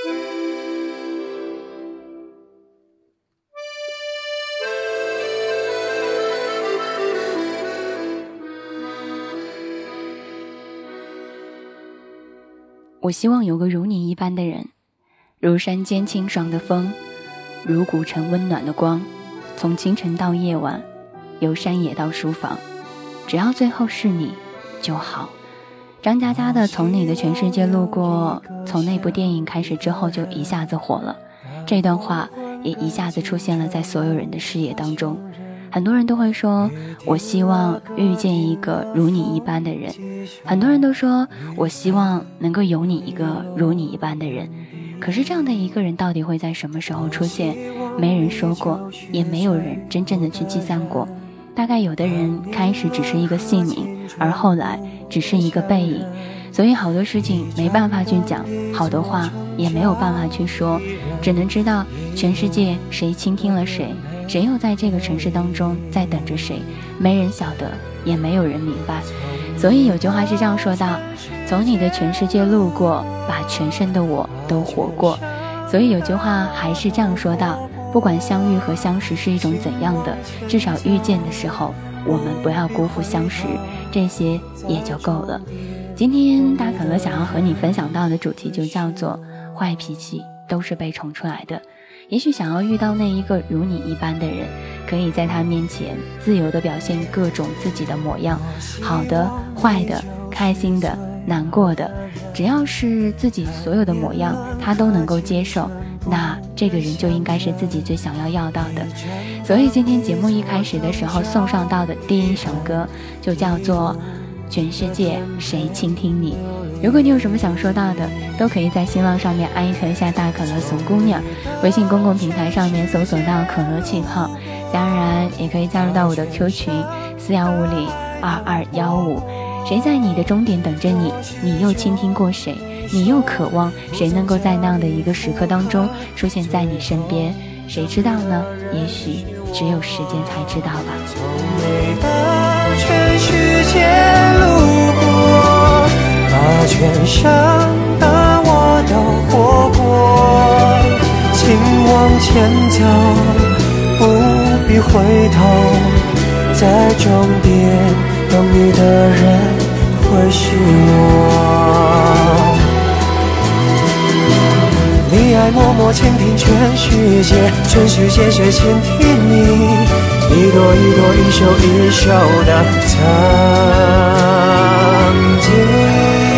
我希望有个如你一般的人，如山间清爽的风，如古城温暖的光，从清晨到夜晚，由山野到书房，只要最后是你就好。张嘉佳的《从你的全世界路过》从那部电影开始之后就一下子火了，这段话也一下子出现了在所有人的视野当中。很多人都会说，我希望遇见一个如你一般的人，很多人都说我希望能够有你一个如你一般的人。可是这样的一个人到底会在什么时候出现，没人说过，也没有人真正的去计算过。大概有的人开始只是一个姓名，而后来只是一个背影，所以好多事情没办法去讲，好多话也没有办法去说，只能知道全世界谁倾听了谁，谁又在这个城市当中在等着谁，没人晓得，也没有人明白。所以有句话是这样说道，从你的全世界路过，把全身的我都活过。所以有句话还是这样说道，不管相遇和相识是一种怎样的，至少遇见的时候我们不要辜负相识，这些也就够了。今天大可乐想要和你分享到的主题就叫做坏脾气都是被宠出来的。也许想要遇到那一个如你一般的人，可以在他面前自由地表现各种自己的模样，好的、坏的、开心的、难过的，只要是自己所有的模样他都能够接受，那这个人就应该是自己最想要到的。所以今天节目一开始的时候送上到的第一首歌就叫做全世界谁倾听你。如果你有什么想说到的，都可以在新浪上面艾特一下大可乐怂姑娘，微信公共平台上面搜索到可乐气泡，当然也可以加入到我的 Q 群41502215。谁在你的终点等着你，你又倾听过谁，你又渴望谁能够在那样的一个时刻当中出现在你身边，谁知道呢？也许只有时间才知道吧。 从你的全世界路过，把全盛的我都活过，请往前走，不必回头，在终点等你的人会是我。你爱默默倾听全世界，全世界谁倾听你？一朵一朵，一首一首的曾经。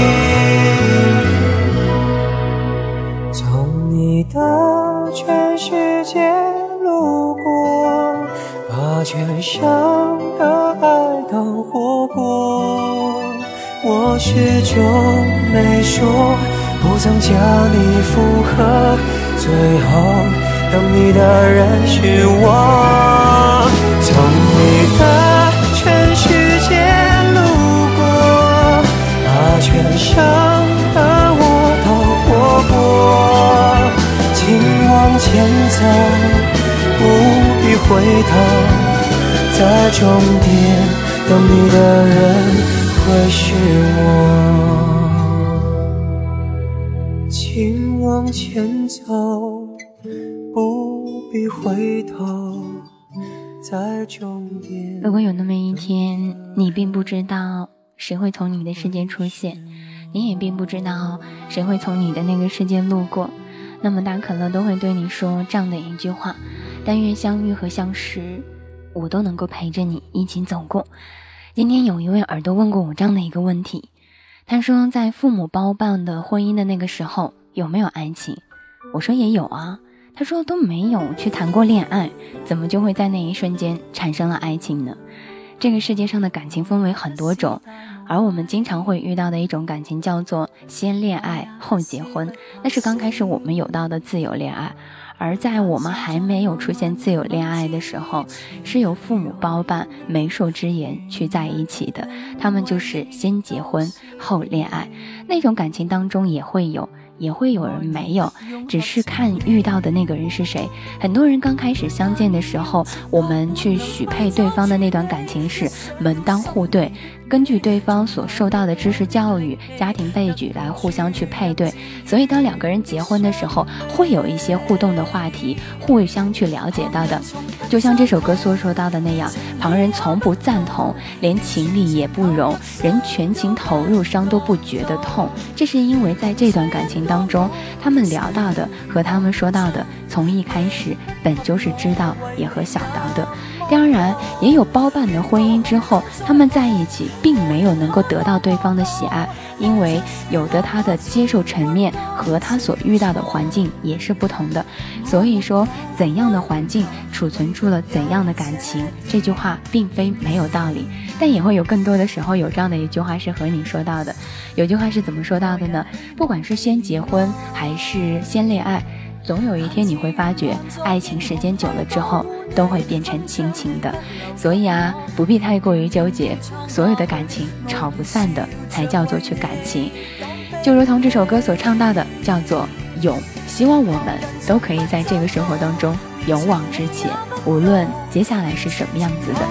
从你的全世界路过，把全盛的爱都活过，我始终没说，不曾将你附和，最后等你的人是我。从你的全世界路过，把全盛的我都活过，请往前走，不必回头，在终点等你的人会是我。请往前走，不必回头，在终点。 如果有那么一天，你并不知道谁会从你的世界出现，你也并不知道谁会从你的那个世界路过，那么大可乐都会对你说这样的一句话：但愿相遇和相识，我都能够陪着你一起走过。今天有一位耳朵问过我这样的一个问题，他说在父母包办的婚姻的那个时候有没有爱情？我说也有啊。他说都没有去谈过恋爱，怎么就会在那一瞬间产生了爱情呢？这个世界上的感情分为很多种，而我们经常会遇到的一种感情叫做先恋爱后结婚，那是刚开始我们有到的自由恋爱。而在我们还没有出现自由恋爱的时候，是由父母包办媒妁之言去在一起的，他们就是先结婚后恋爱。那种感情当中也会有人没有，只是看遇到的那个人是谁。很多人刚开始相见的时候，我们去许配对方的那段感情是门当户对， 根据对方所受到的知识教育、家庭背景来互相去配对，所以当两个人结婚的时候，会有一些互动的话题，互相去了解到的。就像这首歌所说到的那样，旁人从不赞同，连情理也不容，人全情投入，伤都不觉得痛。这是因为在这段感情当中，他们聊到的和他们说到的，从一开始本就是知道也和想到的。当然也有包办的婚姻之后，他们在一起并没有能够得到对方的喜爱，因为有的他的接受层面和他所遇到的环境也是不同的。所以说怎样的环境储存住了怎样的感情，这句话并非没有道理，但也会有更多的时候有这样的一句话是和你说到的。有句话是怎么说到的呢？不管是先结婚还是先恋爱，总有一天你会发觉，爱情时间久了之后都会变成亲情的。所以啊，不必太过于纠结，所有的感情吵不散的才叫做去感情。就如同这首歌所唱到的，叫做勇。希望我们都可以在这个生活当中勇往直前，无论接下来是什么样子的。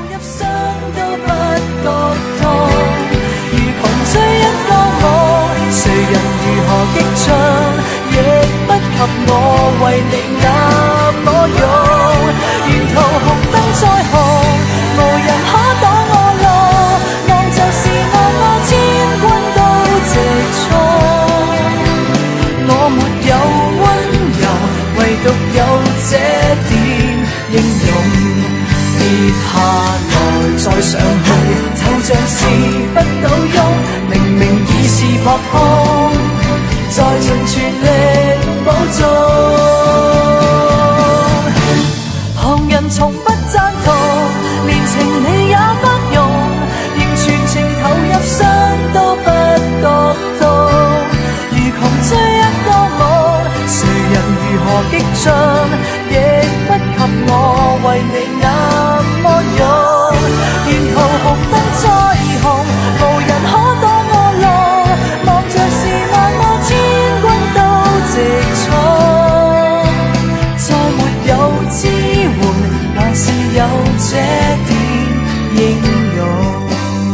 谁人如何激進，亦不及我為你那麼勇。沿途紅燈再紅，無人可擋我路，望就是萬馬千軍都直衝。我沒有溫柔，唯獨有這點英勇。跌下來再上去，就像是不倒翁，明明已是撲空，再盡全力保重。旁人從不贊同，連情理也不容，仍全情投入傷都不覺痛。如窮追一個夢，誰人如何激進，亦不及我為你那麼勇。沿途紅燈再紅，無人可擋我路，望着是萬馬千軍都直衝。再沒有支援，還是有這點英勇。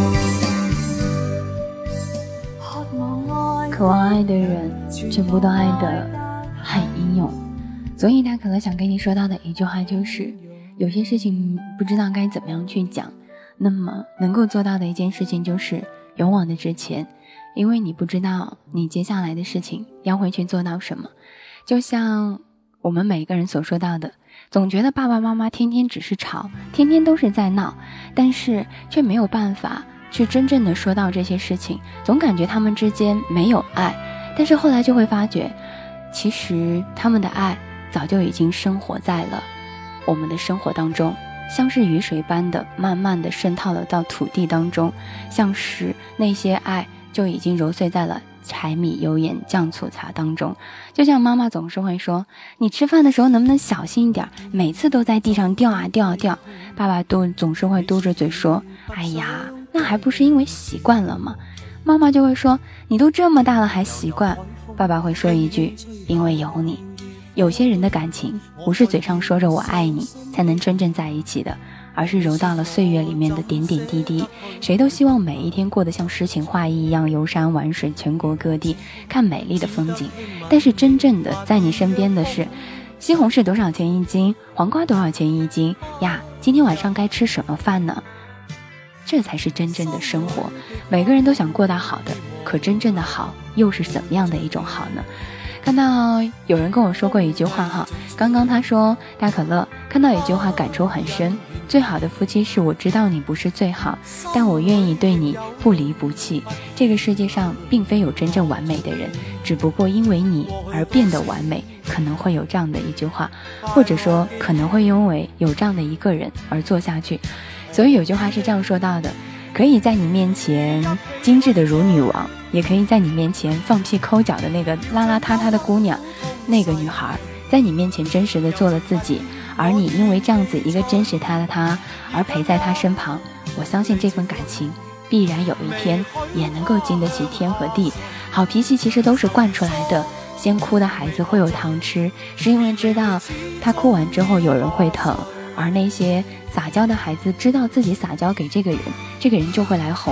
渴望愛的人，卻不懂愛的很英勇。所以他可能想跟你說到的一句話就是，有些事情不知道該怎麼樣去講，那麼能夠做到的一件事情就是勇往的直前，因為你不知道你接下來的事情要會去做到什麼。就像我們每個人所說到的，總覺得爸爸媽媽天天只是吵，天天都是在鬧，但是卻沒有辦法去真正的說到這些事情，總感覺他們之間沒有愛。但是後來就會發覺，其實他們的愛早就已經生活在了我們的生活當中，像是雨水般的慢慢的滲透了到土地當中，像是那些愛就已經揉碎在了柴米油鹽醬醋茶當中。就像媽媽總是會說，你吃飯的時候能不能小心一點，每次都在地上掉啊掉啊掉。爸爸總是會嘟着嘴說，哎呀，那還不是因為習慣了嗎？媽媽就會說，你都這麼大了還習慣。爸爸會說一句，因為有你。有些人的感情不是嘴上說着我愛你才能真正在一起的，而是揉到了歲月裡面的點點滴滴。誰都希望每一天過得像詩情畫意一樣遊山玩水，全國各地看美麗的風景。但是真正的在你身邊的是，西紅柿多少錢一斤，黃瓜多少錢一斤呀，今天晚上該吃什麼飯呢？這才是真正的生活。每個人都想過得好的，可真正的好又是怎麼樣的一種好呢？看到有人跟我說過一句話哈，剛剛他說大可樂看到一句話感觸很深，最好的夫妻是我知道你不是最好，但我願意對你不離不棄。這個世界上並非有真正完美的人，只不過因為你而變得完美，可能會有這樣的一句話，或者說可能會因為有這樣的一個人而做下去。所以有句話是這樣說到的，可以在你面前精緻的如女王，也可以在你面前放屁摳腳的那個邋邋遢遢的姑娘，那個女孩在你面前真實的做了自己，而你因為這樣子一個真實她的她而陪在她身旁，我相信這份感情必然有一天也能夠經得起天和地。好脾氣其實都是慣出來的，先哭的孩子會有糖吃，是因為知道他哭完之後有人會疼，而那些撒嬌的孩子知道自己撒嬌給這個人，這個人就會來哄。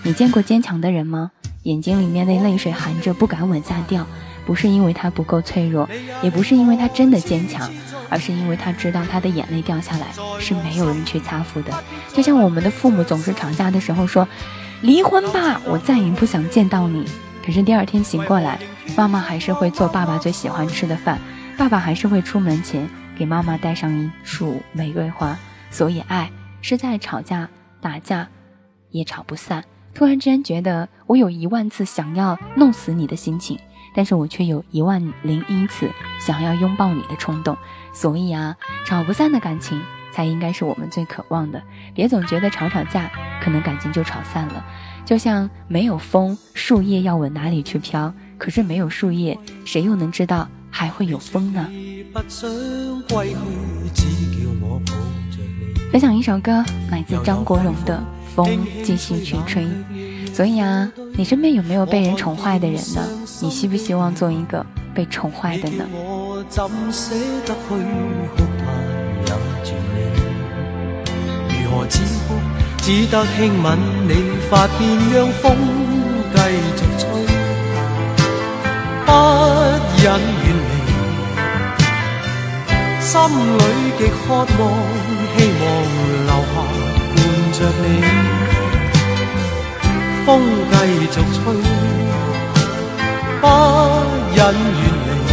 你见过坚强的人吗？眼睛里面的泪水含着不敢往下掉，不是因为他不够脆弱，也不是因为他真的坚强，而是因为他知道他的眼泪掉下来是没有人去擦拭的。就像我们的父母总是吵架的时候说，离婚吧，我再也不想见到你。可是第二天醒过来，妈妈还是会做爸爸最喜欢吃的饭，爸爸还是会出门前给妈妈带上一束玫瑰花。所以爱是在吵架打架也吵不散。突然之间觉得我有10000次想要弄死你的心情，但是我却有10001次想要拥抱你的冲动。所以啊，吵不散的感情才应该是我们最渴望的。别总觉得吵架可能感情就吵散了。就像没有风，树叶要往哪里去飘，可是没有树叶，谁又能知道还会有风呢？分享一首歌，来自张国荣的《风继续去吹》。所以啊，你身边有没有被人宠坏的人呢？你希不希望做一个被宠坏的呢？ 如何止哭，只得輕吻你髮邊，讓風繼續吹，不忍遠離，心裏極渴望，希望留下伴着你。風繼續吹，不忍遠離，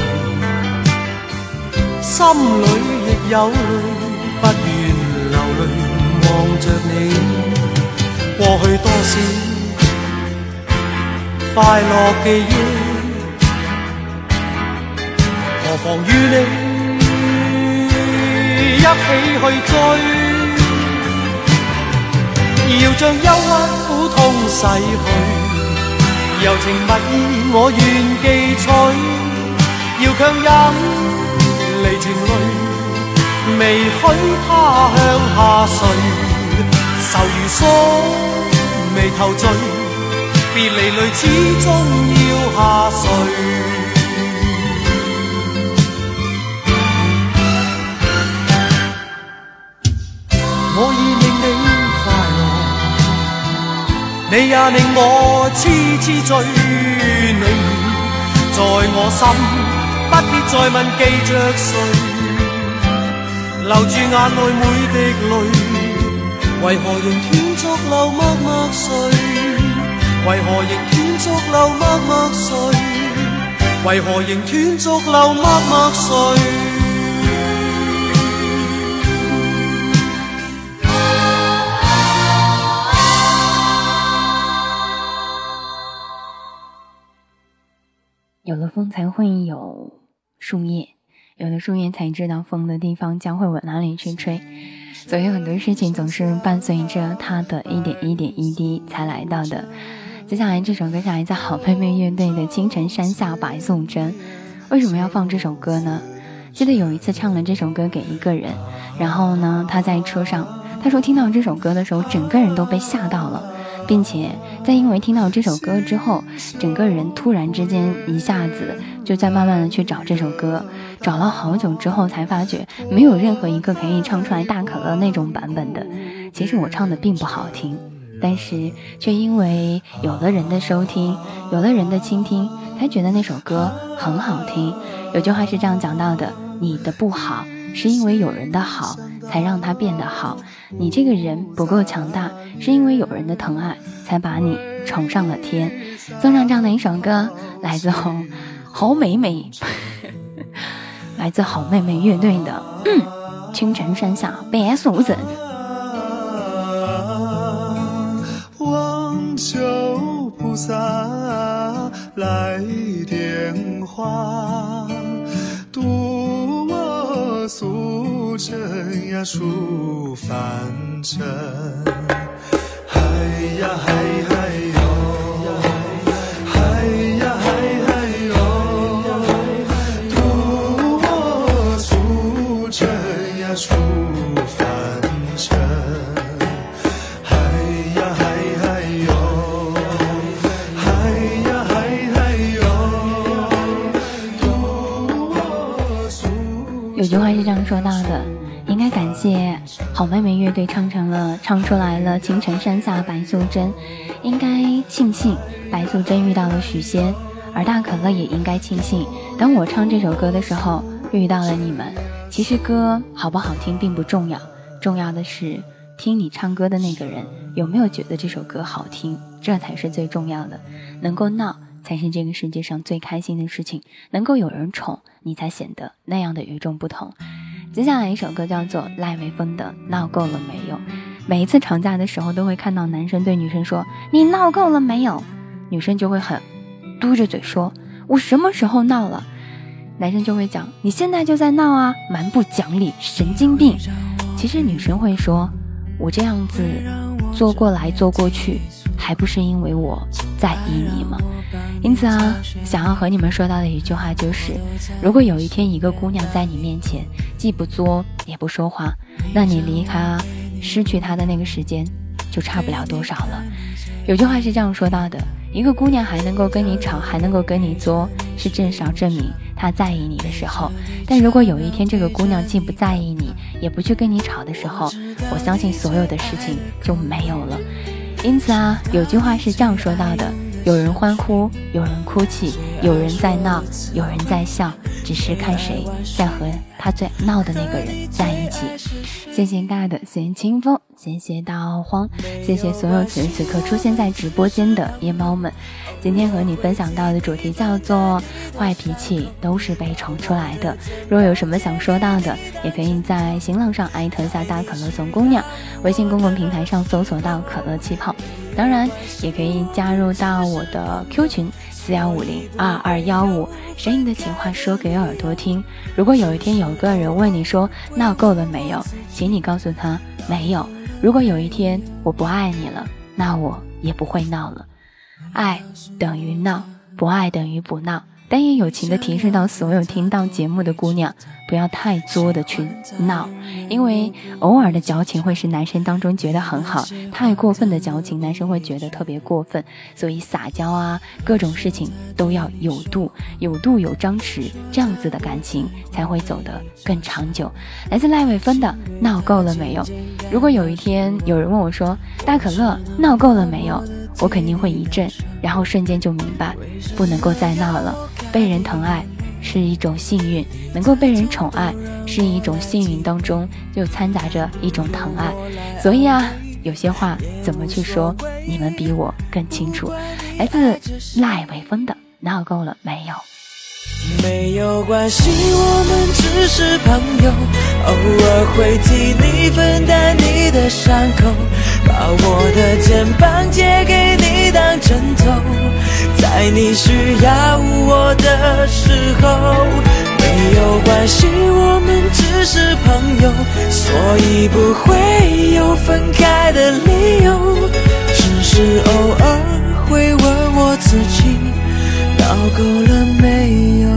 心裏亦有淚，不願流淚望着你。過去多少快樂記憶，何妨與你一起去追，要將憂鬱苦痛逝去，柔情蜜意我願記取，要強忍離情淚，未許他向下垂，愁如鎖眉頭聚，別離淚始終要下垂。我已令你快樂，你也令我痴痴醉，你在我心，不必再問記着誰，留住眼內每滴淚，為何仍斷續流默默睡？為何仍斷續流默默睡？為何仍斷續流默默睡？ 有了风才会有树叶，有了树叶才知道风的地方将会往哪里去吹，所以很多事情总是伴随着它的一点一点一滴才来到的。接下来这首歌是来自好妹妹乐队的《青城山下白素贞》。为什么要放这首歌呢？记得有一次唱了这首歌给一个人，然后呢他在车上，他说听到这首歌的时候整个人都被吓到了，并且在因为听到这首歌之后，整个人突然之间一下子就在慢慢的去找这首歌，找了好久之后才发觉没有任何一个可以唱出来大可乐那种版本的。其实我唱的并不好听，但是却因为有的人的收听，有的人的倾听，才觉得那首歌很好听。有句话是这样讲到的，你的不好是因为有人的好才让它变得好，你这个人不够强大，是因为有人的疼爱才把你宠上了天。送上这样的一首歌，来自好妹妹来自好妹妹乐队的青城山下白素贞。 望求菩萨来点化，渡我素贞呀出凡尘。嗨呀嗨嗨哟，嗨呀嗨嗨哟，渡我素贞呀出凡尘。 有句话是这样说到的，应该该感谢好妹妹乐队唱出来了清晨山下白素贞，应该庆幸白素贞遇到了许仙，而大可乐也应该庆幸当我唱这首歌的时候遇到了你们。其实歌好不好听并不重要，重要的是听你唱歌的那个人有没有觉得这首歌好听，这才是最重要的。能够闹才是这个世界上最开心的事情，能够有人宠你才显得那样的与众不同。接下来一首歌叫做赖伟峰的闹够了没有。每一次吵架的时候都会看到男生对女生说你闹够了没有，女生就会很嘟着嘴说我什么时候闹了，男生就会讲你现在就在闹啊，蛮不讲理，神经病。其实女生会说我这样子做过来做过去还不是因为我在意你吗？因此啊，想要和你们说到的一句话就是，如果有一天一个姑娘在你面前既不作也不说话，那你离开啊，失去她的那个时间就差不了多少了。有句话是这样说到的，一个姑娘还能够跟你吵，还能够跟你作，是至少证明她在意你的时候。但如果有一天这个姑娘既不在意你也不去跟你吵的时候，我相信所有的事情就没有了。因此啊，有句话是这样说到的，有人欢呼，有人哭泣，有人在闹，有人在笑，只是看谁在和他最闹的那个人在一起。谢谢大的，谢谢清风，谢谢大黄，谢谢所有此时此刻出现在直播间的夜猫们。今天和你分享到的主题叫做坏脾气都是被宠出来的。如果有什么想说到的，也可以在新浪上艾特下大可乐送姑娘，微信公共平台上搜索到可乐气泡，当然也可以加入到我的 Q 群41502215，声音的情话说给耳朵听。如果有一天有个人问你说闹够了没有，请你告诉他没有。如果有一天我不爱你了，那我也不会闹了。爱等于闹，不爱等于不闹。但也友情的提示到所有听到节目的姑娘，不要太作的去闹，因为偶尔的矫情会使男生当中觉得很好，太过分的矫情男生会觉得特别过分。所以撒娇啊，各种事情都要有度有张弛，这样子的感情才会走得更长久。来自赖伟芬的闹够了没有。如果有一天有人问我说大可乐闹够了没有，我肯定会一震，然后瞬间就明白不能够再闹了。被人疼爱是一种幸运，能够被人宠爱是一种幸运当中就掺杂着一种疼爱。所以啊，有些话怎么去说，你们比我更清楚。来自赖伟峰的闹够了没有。 没有关系，我们只是朋友，偶尔会替你分担你的伤口，把我的肩膀借给你当枕头，在你需要我的时候。没有关系，我们只是朋友，所以不会有分开的理由，只是偶尔会问我自己闹够了没有。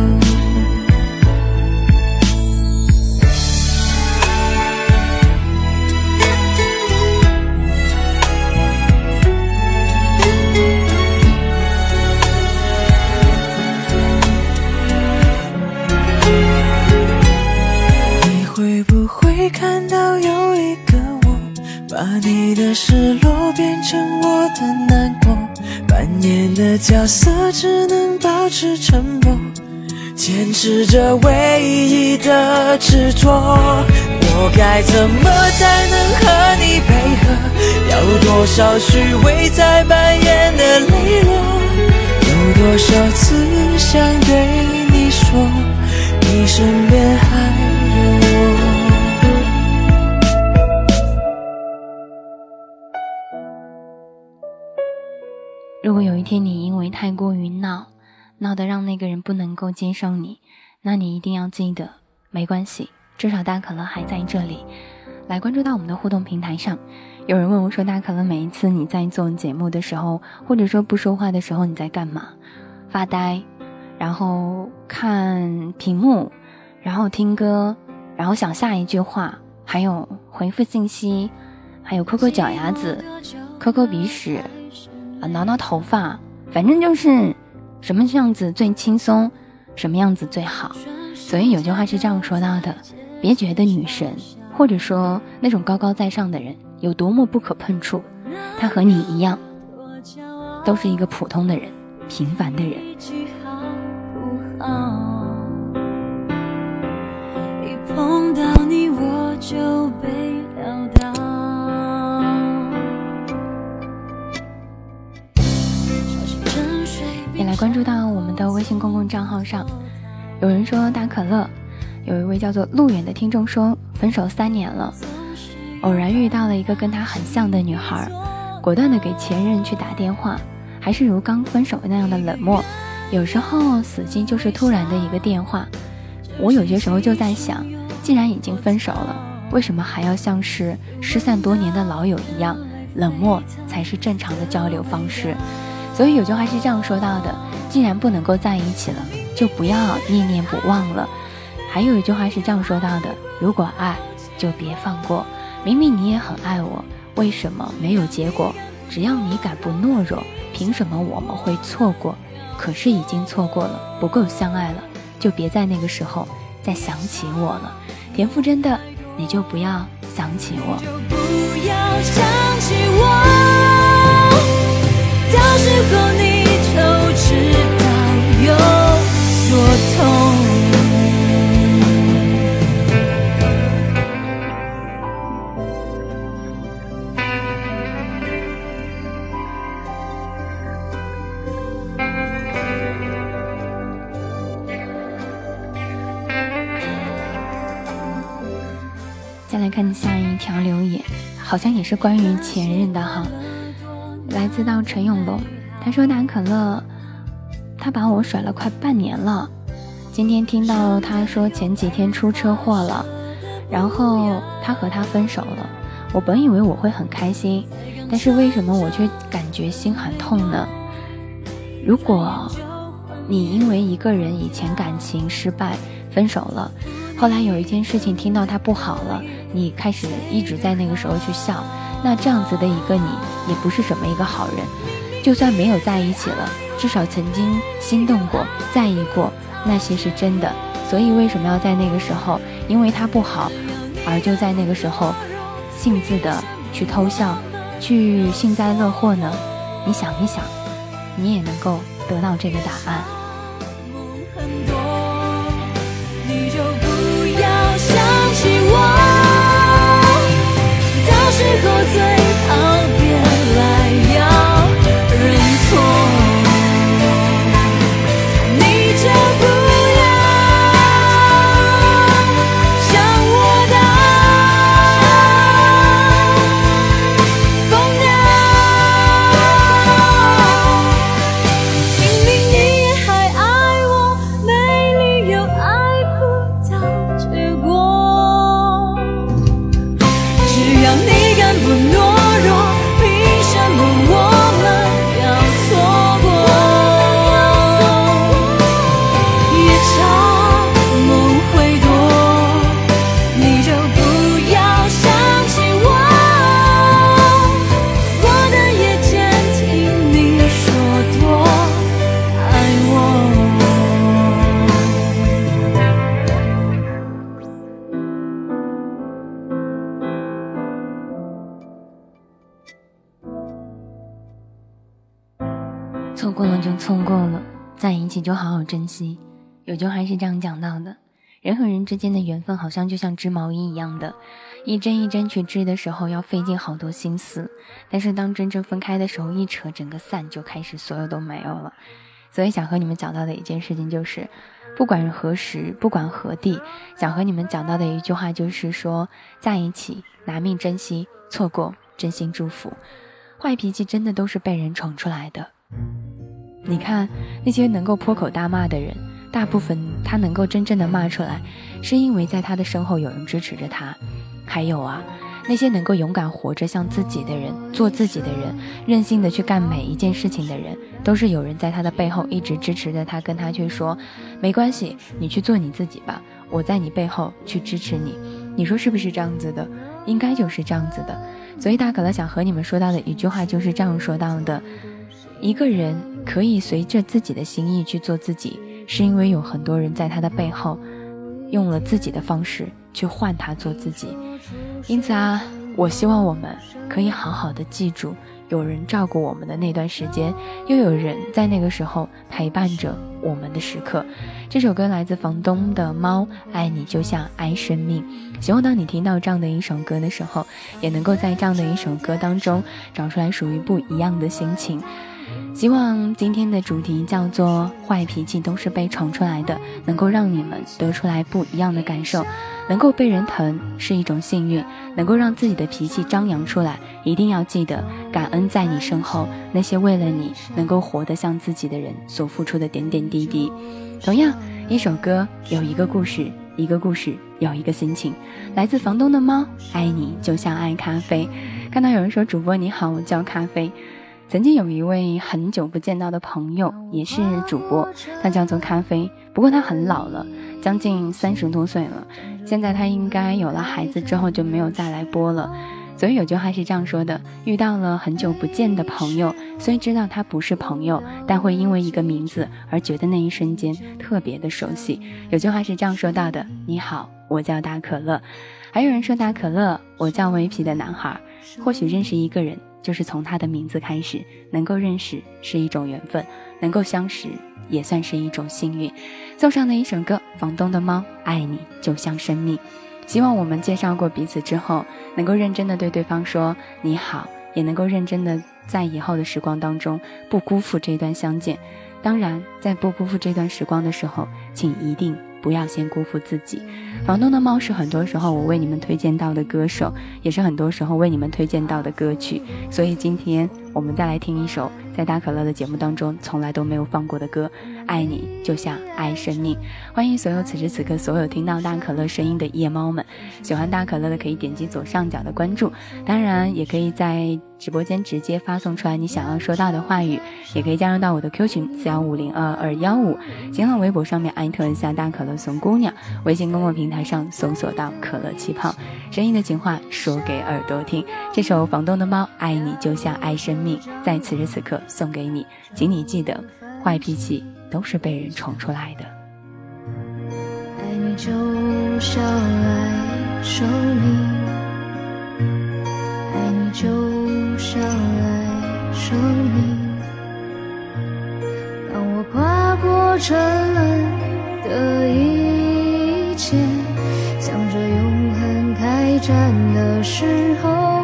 你会不会看到有一个我，把你的失落变成我的难过，扮演的角色只能保持沉默，坚持着唯一的执着。我该怎么才能和你配合？要多少虚伪才扮演的磊落？有多少次想对你说，你身边还有我。 如果有一天你因为太过于闹得让那个人不能够接受你，那你一定要记得，没关系，至少大可乐还在这里。来关注到我们的互动平台上，有人问我说大可乐，每一次你在做节目的时候，或者说不说话的时候，你在干嘛？发呆，然后看屏幕，然后听歌，然后想下一句话，还有回复信息，还有抠抠脚丫子，抠抠鼻屎，挠挠头发，反正就是什么样子最轻松，什么样子最好。所以有句话是这样说到的，别觉得女神或者说那种高高在上的人有多么不可碰触，他和你一样，都是一个普通的人，平凡的人。 一碰到你我就被撂倒。 也来关注到我们的微信公共账号上，有人说打可乐，有一位叫做路远的听众说分手3年了，偶然遇到了一个跟他很像的女孩，果断的给前任去打电话，还是如刚分手那样的冷漠，有时候死心就是突然的一个电话。我有些时候就在想，既然已经分手了，为什么还要像是失散多年的老友一样，冷漠才是正常的交流方式。所以有句话是这样说到的，既然不能够在一起了，就不要念念不忘了。还有一句话是这样说到的，如果爱就别放过，明明你也很爱我，为什么没有结果？只要你敢不懦弱，凭什么我们会错过？可是已经错过了，不够相爱了，就别在那个时候再想起我了。田馥甄的你就不要想起我， 就不要想起我，到时候你就知道有多痛。 再来看下一条留言，好像也是关于前任的哈，来自到陈永龙，他说打可乐，他把我甩了快半年了，今天听到他说前几天出车祸了，然后他和他分手了，我本以为我会很开心，但是为什么我却感觉心很痛呢？如果你因为一个人以前感情失败分手了，后来有一件事情听到他不好了，你开始一直在那个时候去笑，那这样子的一个你也不是什么一个好人。就算没有在一起了，至少曾经心动过在意过，那些是真的。所以为什么要在那个时候因为他不好而就在那个时候兴致的去偷笑，去幸灾乐祸呢？你想一想，你也能够得到这个答案。 你就不要想起我，到时候最好别来要认错，你就不要想我到疯掉，明明你也还爱我，没理由爱不到结果，只要你敢不懦弱，凭什么我们要错过？夜长梦会多，你就不要想起我，过的夜间听你说多爱我。 错过了就错过了，在一起就好好珍惜。有句话是这样讲到的，人和人之间的缘分好像就像织毛衣一样的，一针一针去织的时候要费尽好多心思，但是当真正分开的时候，一扯整个散就开始所有都没有了。所以想和你们讲到的一件事情就是，不管何时不管何地，想和你们讲到的一句话就是说，在一起拿命珍惜，错过真心祝福。坏脾气真的都是被人宠出来的。你看那些能够破口大骂的人，大部分他能够真正的骂出来，是因为在他的身后有人支持着他。还有啊，那些能够勇敢活着像自己的人，做自己的人，任性的去干每一件事情的人，都是有人在他的背后一直支持着他，跟他去说没关系，你去做你自己吧，我在你背后去支持你。你说是不是这样子的？应该就是这样子的。所以大可乐想和你们说到的一句话就是这样说到的，一个人可以随着自己的心意去做自己，是因为有很多人在他的背后用了自己的方式去换他做自己。因此啊，我希望我们可以好好的记住有人照顾我们的那段时间，又有人在那个时候陪伴着我们的时刻。这首歌来自房东的猫，爱你就像爱生命。希望当你听到这样的一首歌的时候，也能够在这样的一首歌当中找出来属于不一样的心情。希望今天的主题叫做坏脾气都是被宠出来的，能够让你们得出来不一样的感受。能够被人疼是一种幸运，能够让自己的脾气张扬出来，一定要记得感恩在你身后那些为了你能够活得像自己的人所付出的点点滴滴。同样，一首歌有一个故事，一个故事有一个心情。来自房东的猫，爱你就像爱咖啡。看到有人说主播你好，我叫咖啡。曾经有一位很久不见到的朋友，也是主播，他叫做咖啡，不过他很老了，将近30多岁了，现在他应该有了孩子之后就没有再来播了。所以有句话是这样说的，遇到了很久不见的朋友，虽知道他不是朋友，但会因为一个名字而觉得那一瞬间特别的熟悉。有句话是这样说到的，你好，我叫大可乐。还有人说大可乐，我叫微皮的男孩。或许认识一个人就是从他的名字开始，能够认识是一种缘分，能够相识也算是一种幸运。送上的一首歌，房东的猫，爱你就像生命。希望我们介绍过彼此之后，能够认真的对对方说你好，也能够认真的在以后的时光当中不辜负这段相见。当然，在不辜负这段时光的时候，请一定不要先辜负自己。房东的猫是很多时候我为你们推荐到的歌手，也是很多时候为你们推荐到的歌曲，所以今天我们再来听一首在大可乐的节目当中从来都没有放过的歌，爱你就像爱生命。欢迎所有此时此刻所有听到大可乐声音的夜猫们，喜欢大可乐的可以点击左上角的关注，当然也可以在直播间直接发送出来你想要说到的话语，也可以加入到我的 Q 群415022215，新浪微博上面艾特一下大可乐怂姑娘，微信公共平台上搜索到可乐气泡，声音的情话说给耳朵听。这首房东的猫，爱你就像爱生命，在此时此刻送给你，请你记得坏脾气都是被人宠出来的。 爱你就像爱生命，爱你就像爱生命，当我跨过沉沦的一切，向着永恒开展的时候，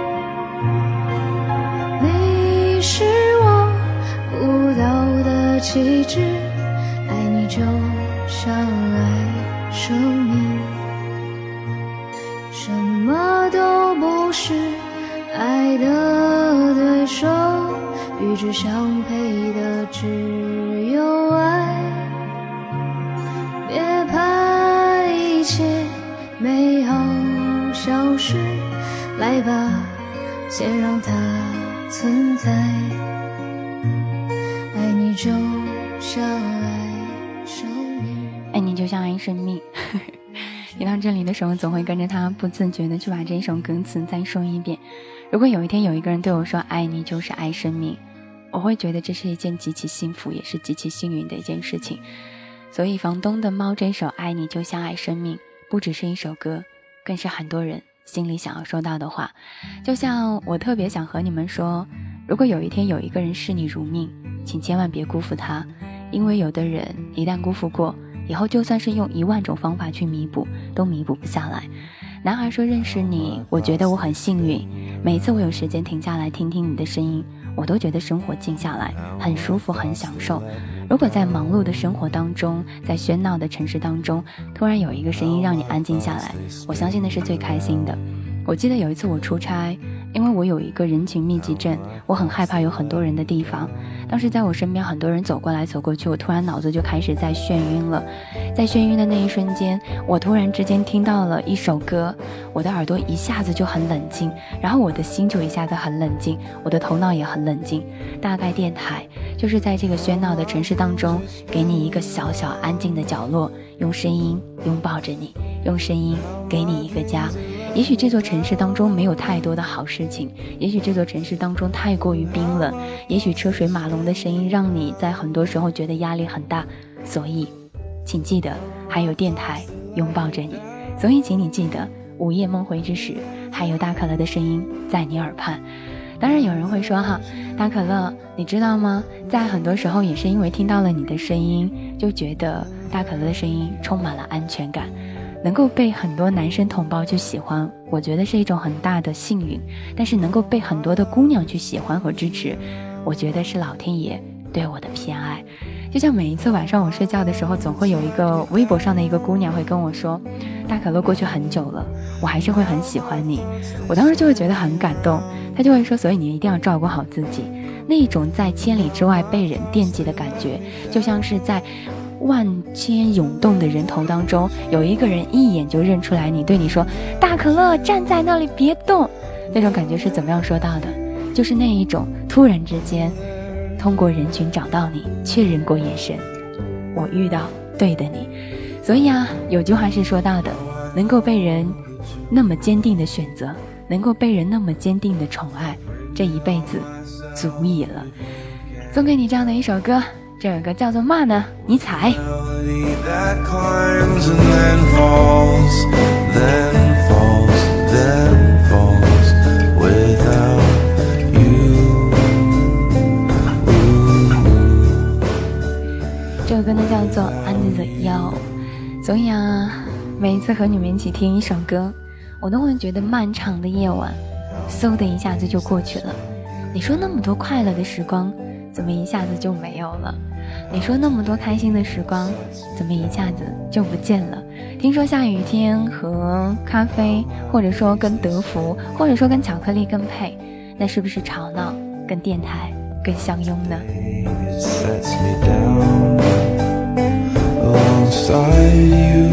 你是我不到的旗帜，爱你就像爱生命，什么都不是爱的对手，与之相配的只有爱，别怕一切美好消失，来吧，先让它存在，爱你就像爱生命， 爱你就像爱生命。听到这里的时候，总会跟着他不自觉的去把这首歌词再说一遍。如果有一天有一个人对我说爱你就是爱生命，我会觉得这是一件极其幸福也是极其幸运的一件事情。所以房东的猫这首爱你就像爱生命不只是一首歌，更是很多人心里想要说到的话。就像我特别想和你们说，如果有一天有一个人视你如命，请千万别辜负他，因为有的人一旦辜负过，以后就算是用10000种方法去弥补都弥补不下来。男孩说认识你，我觉得我很幸运，每次我有时间停下来听听你的声音，我都觉得生活静下来很舒服很享受。如果在忙碌的生活当中，在喧闹的城市当中，突然有一个声音让你安静下来，我相信那是最开心的。我记得有一次我出差，因为我有一个人群密集症，我很害怕有很多人的地方。当时在我身边很多人走过来走过去，我突然脑子就开始在眩晕了。在眩晕的那一瞬间，我突然之间听到了一首歌，我的耳朵一下子就很冷静，然后我的心就一下子很冷静，我的头脑也很冷静。大概电台就是在这个喧闹的城市当中，给你一个小小安静的角落，用声音拥抱着你，用声音给你一个家。也许这座城市当中没有太多的好事情，也许这座城市当中太过于冰冷，也许车水马龙的声音让你在很多时候觉得压力很大，所以请记得还有电台拥抱着你。所以请你记得，午夜梦回之时，还有大可乐的声音在你耳畔。当然有人会说哈，大可乐你知道吗，在很多时候也是因为听到了你的声音，就觉得大可乐的声音充满了安全感，能够被很多男生同胞去喜欢，我觉得是一种很大的幸运。但是能够被很多的姑娘去喜欢和支持，我觉得是老天爷对我的偏爱。就像每一次晚上我睡觉的时候，总会有一个微博上的一个姑娘会跟我说，大可乐过去很久了，我还是会很喜欢你。我当时就会觉得很感动，她就会说，所以你一定要照顾好自己。那一种在千里之外被人惦记的感觉，就像是在万千涌动的人头当中，有一个人一眼就认出来你，对你说，大可乐站在那里别动。那种感觉是怎么样说到的？就是那一种突然之间通过人群找到你，确认过眼神，我遇到对的你。所以啊，有句话是说到的，能够被人那么坚定的选择，能够被人那么坚定的宠爱，这一辈子足矣了。送给你这样的一首歌，这首歌叫做嘛呢？尼采。这首歌呢叫做 Under the Yaw。 所以啊，每一次和你们一起听一首歌，我都会觉得漫长的夜晚嗖的一下子就过去了。你说那么多快乐的时光怎么一下子就没有了？你说那么多开心的时光怎么一下子就不见了？听说下雨天和咖啡，或者说跟德芙，或者说跟巧克力更配，那是不是吵闹跟电台更相拥呢？Alongside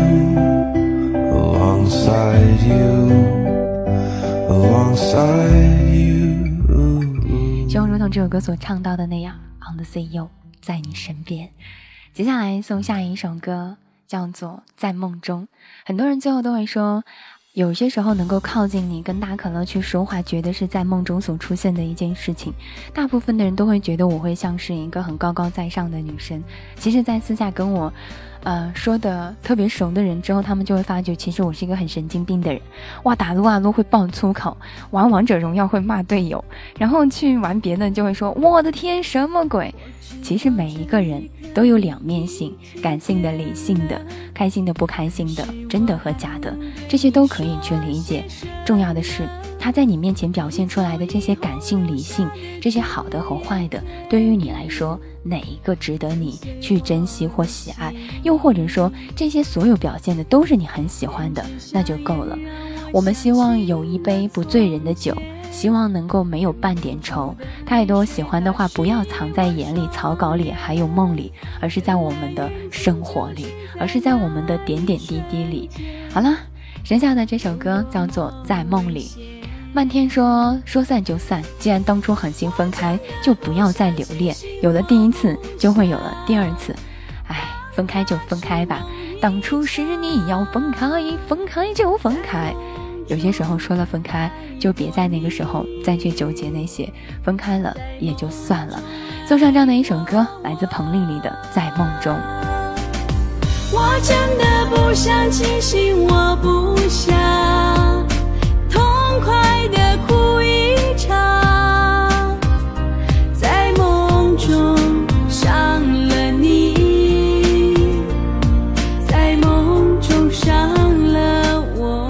you 希望如同这首歌所唱到的那样 On the sea you 在你身边。接下来送下一首歌叫做在梦中。很多人最后都会说，有些时候能够靠近你跟大可乐去说话，觉得是在梦中所出现的一件事情。大部分的人都会觉得我会像是一个很高高在上的女生，其实在私下跟我说的特别熟的人之后，他们就会发觉其实我是一个很神经病的人。哇，打撸啊撸会爆粗口，玩王者荣耀会骂队友，然后去玩别的就会说我的天什么鬼。其实每一个人都有两面性，感性的、理性的，开心的、不开心的，真的和假的，这些都可以去理解。重要的是他在你面前表现出来的这些感性、理性，这些好的和坏的，对于你来说哪一个值得你去珍惜或喜爱，又或者说这些所有表现的都是你很喜欢的，那就够了。我们希望有一杯不醉人的酒，希望能够没有半点愁，太多喜欢的话不要藏在眼里、草稿里还有梦里，而是在我们的生活里，而是在我们的点点滴滴里。好了，剩下的这首歌叫做在梦里。漫天说散就散，既然当初狠心分开，就不要再留恋，有了第一次就会有了第二次。分开就分开吧，当初是你要分开，分开就分开。有些时候说了分开，就别在那个时候再去纠结那些，分开了也就算了。送上这样的一首歌，来自彭丽丽的《在梦中》。 我真的不想清醒，我不想痛快的哭一场，在梦中伤了你，在梦中伤了我。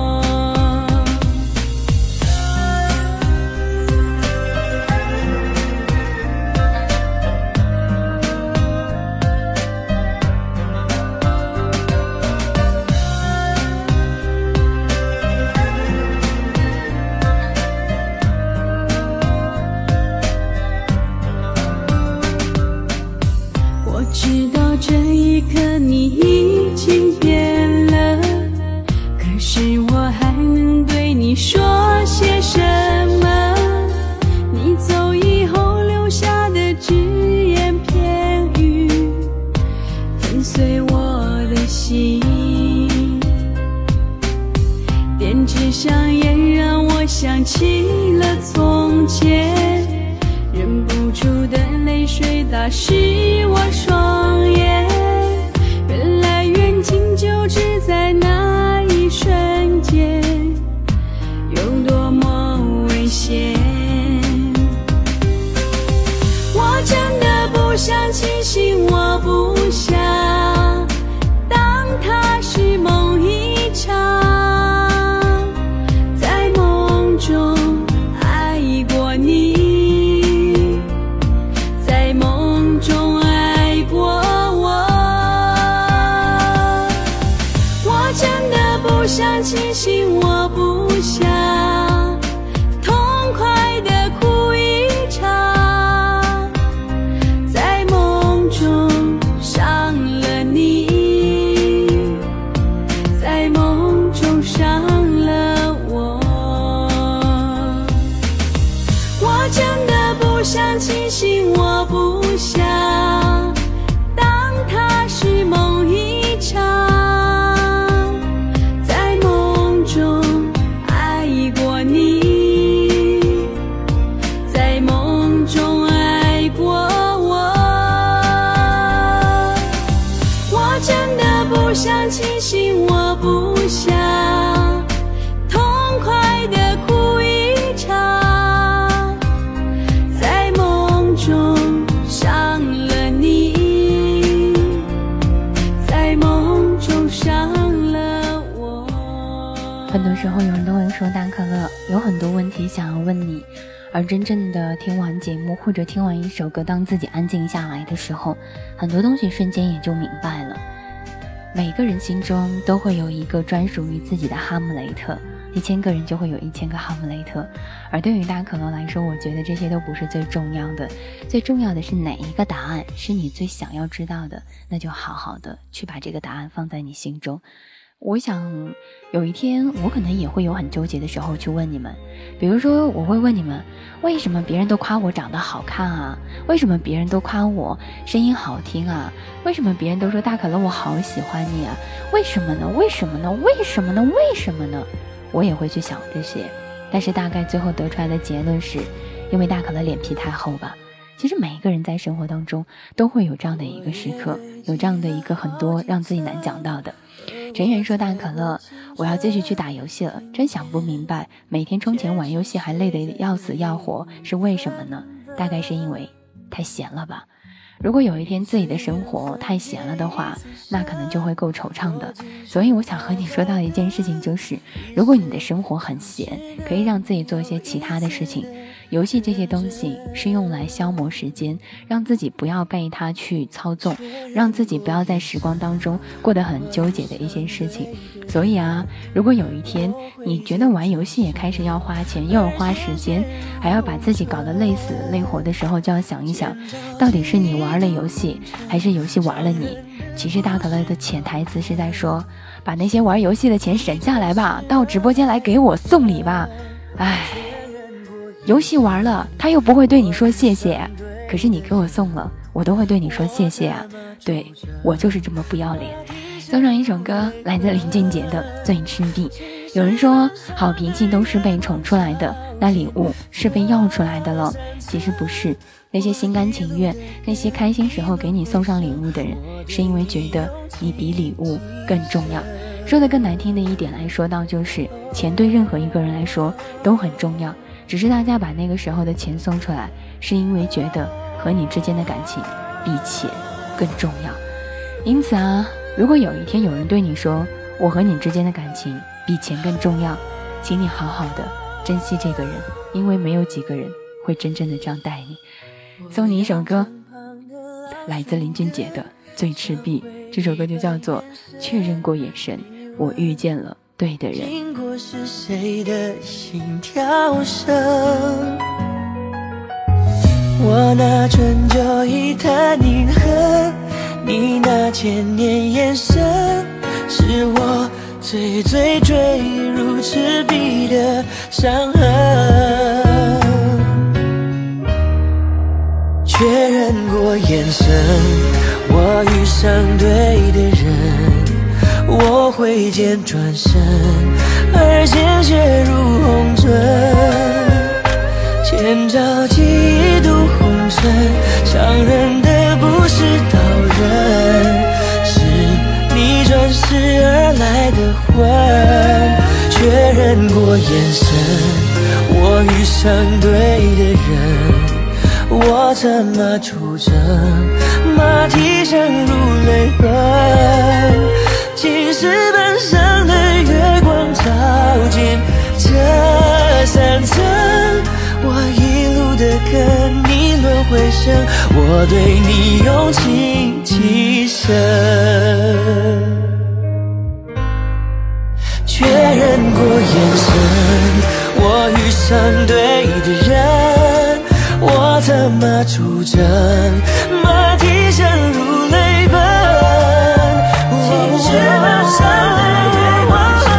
知道这一刻你已经变了，可是我还能对你说些什么？你走以后留下的只言片语，粉碎我的心，编织上演让我想起了从前，忍不住的泪水打湿我双眼，原来远近就只在想清醒，我不想痛快的哭一场，在梦中伤了你，在梦中伤了我。我真的不想清醒，我不想当它是梦一场。不想清醒，我不想痛快的哭一场，在梦中伤了你，在梦中伤了我。 很多时候有人都会说，大可乐有很多问题想要问你，而真正的听完节目或者听完一首歌，当自己安静下来的时候，很多东西瞬间也就明白了。每个人心中都会有一个专属于自己的哈姆雷特，1000个人就会有1000个哈姆雷特。而对于大可乐来说，我觉得这些都不是最重要的，最重要的是哪一个答案是你最想要知道的，那就好好的去把这个答案放在你心中。我想有一天我可能也会有很纠结的时候去问你们，比如说我会问你们，为什么别人都夸我长得好看啊？为什么别人都夸我声音好听啊？为什么别人都说大可乐我好喜欢你啊？为什么呢？为什么呢？为什么呢？为什么呢？我也会去想这些，但是大概最后得出来的结论是，因为大可乐脸皮太厚吧。其实每一个人在生活当中都会有这样的一个时刻，有这样的一个很多让自己难讲到的。陈远说，大可乐我要继续去打游戏了，真想不明白每天充钱玩游戏还累得要死要活是为什么呢？大概是因为太闲了吧。如果有一天自己的生活太闲了的话，那可能就会够惆怅的。所以我想和你说到的一件事情就是，如果你的生活很闲，可以让自己做一些其他的事情。游戏这些东西是用来消磨时间，让自己不要被它去操纵，让自己不要在时光当中过得很纠结的一些事情。所以啊，如果有一天你觉得玩游戏也开始要花钱，又要花时间，还要把自己搞得累死累活的时候，就要想一想，到底是你玩了游戏，还是游戏玩了你？其实大可乐的潜台词是在说，把那些玩游戏的钱省下来吧，到直播间来给我送礼吧。唉，游戏玩了，他又不会对你说谢谢，可是你给我送了，我都会对你说谢谢啊。对，我就是这么不要脸。送上一首歌，来自林俊杰的《最赤壁》。有人说，好脾气都是被宠出来的，那礼物是被要出来的了。其实不是，那些心甘情愿，那些开心时候给你送上礼物的人，是因为觉得你比礼物更重要。说的更难听的一点来说到，就是钱对任何一个人来说都很重要，只是大家把那个时候的钱送出来，是因为觉得和你之间的感情比钱更重要。因此啊，如果有一天有人对你说，我和你之间的感情比钱更重要，请你好好的珍惜这个人，因为没有几个人会真正的这样待你。送你一首歌，来自林俊杰的《最赤壁》，这首歌就叫做确认过眼神，我遇见了对的人。 经过是谁的心跳声，我那春秋一叹凝恨，你那千年眼神，是我最最坠入赤壁的伤痕。确认过眼神，我遇上对的人，我挥剑转身，而鲜血如红唇。千朝几度红尘，伤人的不是刀刃，是你转世而来的魂。确认过眼神，我遇上对的人，我策马出征，马蹄声如泪奔。青石板上的月光照进这山城，我一路的跟你轮回声，我对你用情极深。确眼神，我遇上对的人，我怎么出征？马蹄声如泪奔，停止吧伤害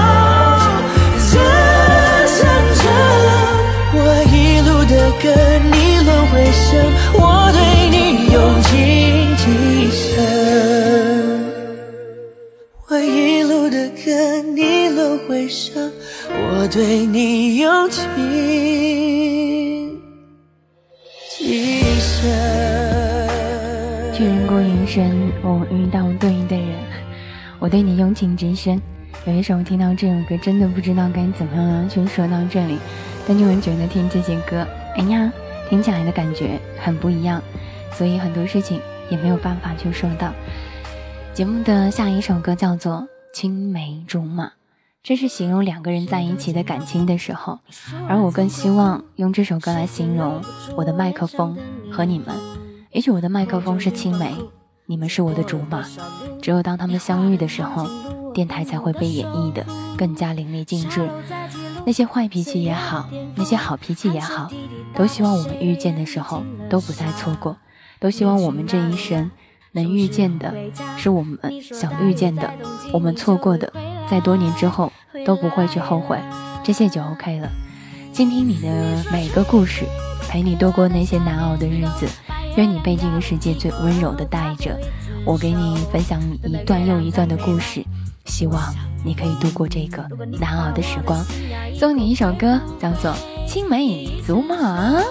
这场仗。我一路的跟你轮回声，我对你用情极深。我一路的跟你轮回声，我对你用情极深。 去人过云深，我遇到对的人，我对你用情极深。有一首听到这首歌真的不知道该怎么样去说到这里，但就很觉得听这些歌，哎呀，听起来的感觉很不一样，所以很多事情也没有办法去说到。节目的下一首歌叫做《青梅竹马》，这是形容两个人在一起的感情的时候，而我更希望用这首歌来形容我的麦克风和你们。也许我的麦克风是青梅，你们是我的竹马，只有当他们相遇的时候，电台才会被演绎的更加淋漓尽致。那些坏脾气也好，那些好脾气也好，都希望我们遇见的时候都不再错过，都希望我们这一生能遇见的是我们想遇见的，我们错过的在多年之后都不会去后悔，这些就 OK 了。倾听你的每个故事，陪你度过那些难熬的日子，愿你被这个世界最温柔的带着，我给你分享一段又一段的故事，希望你可以度过这个难熬的时光。送你一首歌叫做《青梅竹马》。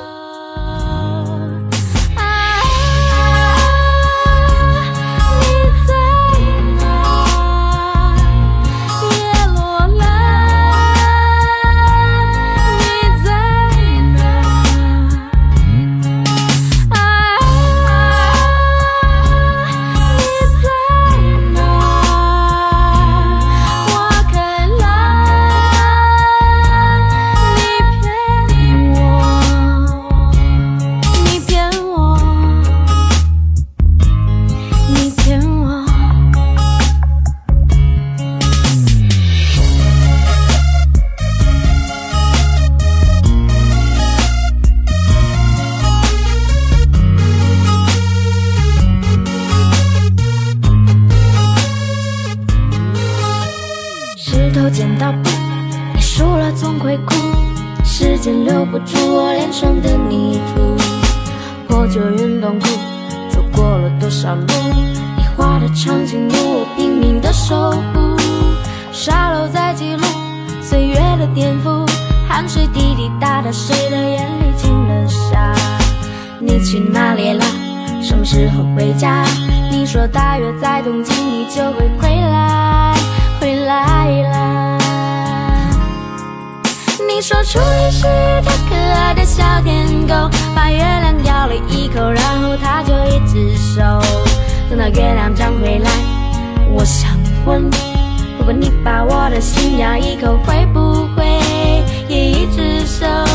剪刀布，你输了总会哭，时间留不住我脸上的泥土。破旧运动裤，走过了多少路，你画的长颈鹿，我拼命的守护。沙漏在记录岁月的颠覆，汗水滴滴答答，谁的眼里进了沙。你去哪里了？什么时候回家？你说大约在冬季你就会回来了。你说初恋是一条可爱的小舔狗，把月亮咬了一口，然后它就一直瘦。等到月亮长回来，我想问，如果你把我的心咬一口，会不会也一直瘦？